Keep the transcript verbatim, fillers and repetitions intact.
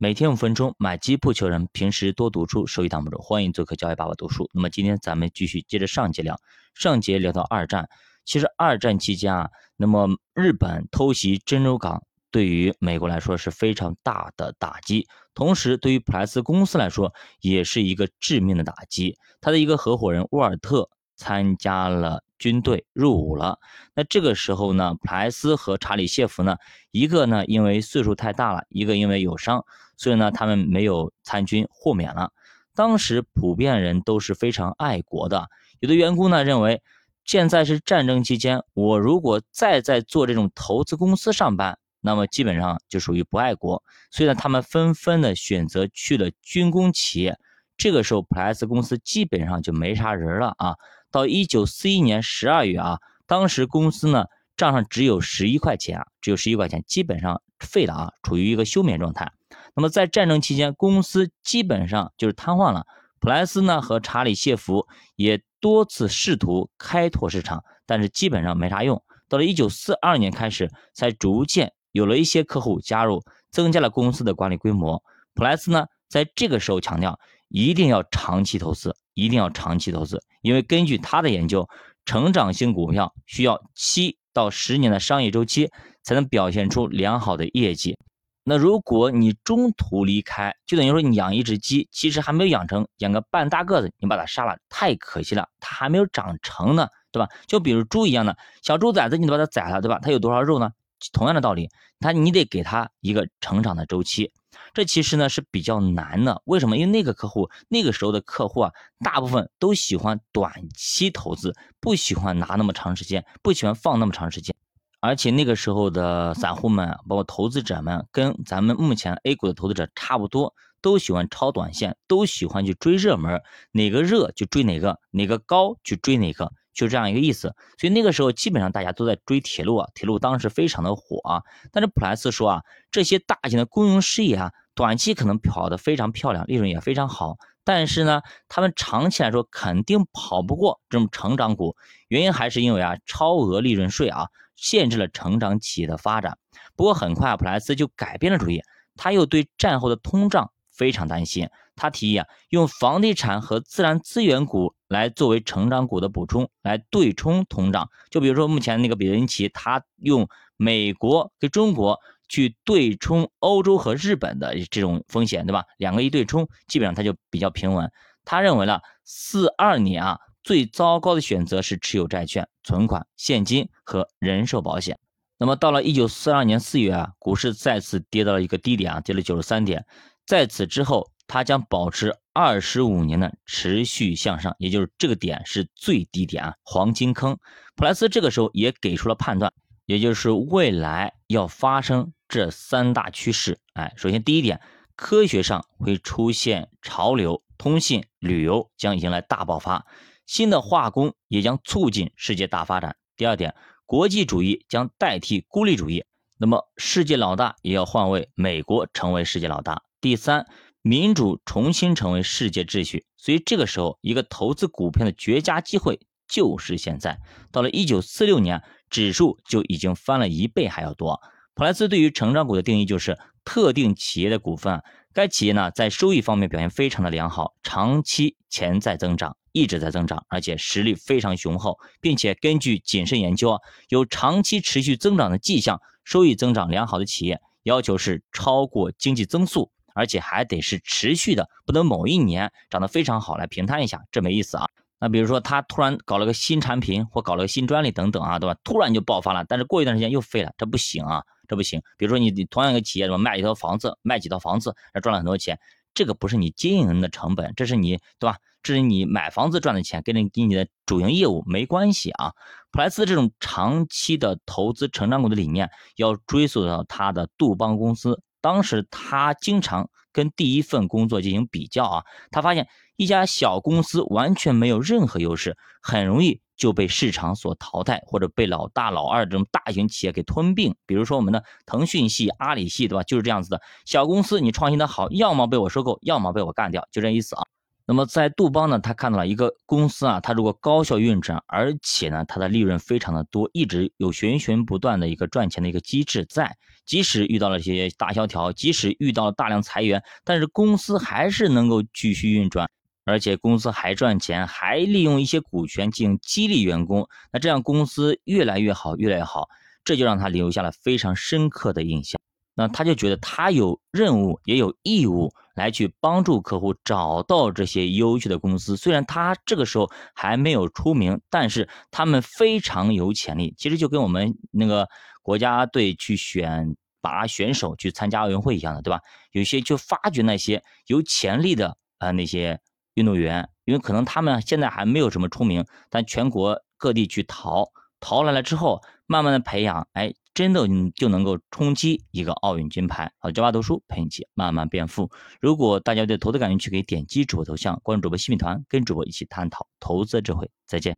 每天五分钟，买基不求人，平时多读书，收益挡不住。欢迎做客教育爸爸读书。那么今天咱们继续接着上节聊，上节聊到二战。其实二战期间啊，那么日本偷袭珍珠港，对于美国来说是非常大的打击，同时对于普莱斯公司来说也是一个致命的打击。他的一个合伙人沃尔特参加了军队入伍了，那这个时候呢，普莱斯和查理谢弗呢，一个呢因为岁数太大了，一个因为有伤，所以呢他们没有参军，豁免了。当时普遍人都是非常爱国的，有的员工呢认为现在是战争期间，我如果再在做这种投资公司上班，那么基本上就属于不爱国，所以呢他们纷纷的选择去了军工企业。这个时候普莱斯公司基本上就没啥人了啊。到一九四一年十二月啊，当时公司呢账上只有十一块钱啊，只有十一块钱，基本上废了啊，处于一个休眠状态。那么在战争期间，公司基本上就是瘫痪了。普莱斯呢和查理谢弗也多次试图开拓市场，但是基本上没啥用。到了一九四二年开始，才逐渐有了一些客户加入，增加了公司的管理规模。普莱斯呢在这个时候强调，一定要长期投资，一定要长期投资，因为根据他的研究，成长性股票需要七到十年的商业周期才能表现出良好的业绩。那如果你中途离开，就等于说你养一只鸡，其实还没有养成，养个半大个子，你把它杀了，太可惜了，它还没有长成呢，对吧？就比如猪一样的，小猪崽子你把它宰了，对吧？它有多少肉呢？同样的道理，它你得给它一个成长的周期。这其实呢是比较难的，为什么？因为那个客户那个时候的客户啊，大部分都喜欢短期投资，不喜欢拿那么长时间，不喜欢放那么长时间。而且那个时候的散户们，包括投资者们，跟咱们目前 A 股的投资者差不多，都喜欢炒短线，都喜欢去追热门，哪个热就追哪个，哪个高就追哪个，就这样一个意思。所以那个时候基本上大家都在追铁路啊，铁路当时非常的火啊。但是普莱斯说啊，这些大型的公用事业啊，短期可能跑得非常漂亮，利润也非常好，但是呢，他们长期来说肯定跑不过这种成长股，原因还是因为啊，超额利润税啊，限制了成长企业的发展。不过很快啊，普莱斯就改变了主意，他又对战后的通胀非常担心，他提议啊，用房地产和自然资源股来作为成长股的补充，来对冲通胀。就比如说目前那个比特林奇，他用美国跟中国去对冲欧洲和日本的这种风险，对吧？两个一对冲，基本上它就比较平稳。他认为了四二年啊，最糟糕的选择是持有债券、存款、现金和人寿保险。那么到了一九四二年四月啊，股市再次跌到了一个低点啊，跌了九十三点。在此之后，它将保持二十五年的持续向上，也就是这个点是最低点啊，黄金坑。普莱斯这个时候也给出了判断，也就是未来要发生这三大趋势。哎，首先第一点，科学上会出现潮流，通信、旅游将迎来大爆发，新的化工也将促进世界大发展。第二点，国际主义将代替孤立主义，那么世界老大也要换位，美国成为世界老大。第三，民主重新成为世界秩序，所以这个时候一个投资股票的绝佳机会就是现在。到了一九四六年，指数就已经翻了一倍还要多。普莱斯对于成长股的定义就是特定企业的股份，该企业呢在收益方面表现非常的良好，长期潜在增长，一直在增长，而且实力非常雄厚，并且根据谨慎研究啊，有长期持续增长的迹象，收益增长良好的企业要求是超过经济增速，而且还得是持续的，不能某一年涨得非常好来平摊一下，这没意思啊。那比如说他突然搞了个新产品或搞了个新专利等等啊，对吧？突然就爆发了，但是过一段时间又废了，这不行啊，这不行。比如说你你同样一个企业，对吧？卖一套房子，卖几套房子，赚了很多钱，这个不是你经营的成本，这是你对吧？这是你买房子赚的钱，跟你跟你的主营业务没关系啊。普莱斯这种长期的投资成长股的理念，要追溯到他的杜邦公司。当时他经常跟第一份工作进行比较啊，他发现一家小公司完全没有任何优势，很容易就被市场所淘汰，或者被老大老二这种大型企业给吞并。比如说我们的腾讯系、阿里系，对吧？就是这样子的，小公司你创新的好，要么被我收购，要么被我干掉，就这意思啊。 那么在杜邦呢，他看到了一个公司啊，它如果高效运转，而且呢，它的利润非常的多，一直有源源不断的一个赚钱的一个机制在，即使遇到了这些大萧条，即使遇到了大量裁员，但是公司还是能够继续运转，而且公司还赚钱，还利用一些股权进行激励员工，那这样公司越来越好，越来越好，这就让他留下了非常深刻的印象。那他就觉得他有任务也有义务来去帮助客户找到这些优秀的公司，虽然他这个时候还没有出名，但是他们非常有潜力。其实就跟我们那个国家队去选拔选手去参加奥运会一样的，对吧？有些就发掘那些有潜力的呃那些运动员，因为可能他们现在还没有什么出名，但全国各地去淘淘来了之后，慢慢的培养，哎，真的就能够冲击一个奥运金牌。好，教爸读书陪你一起慢慢变富。如果大家对投资感兴趣，可以点击主播头像，关注主播新米团，跟主播一起探讨投资智慧。再见。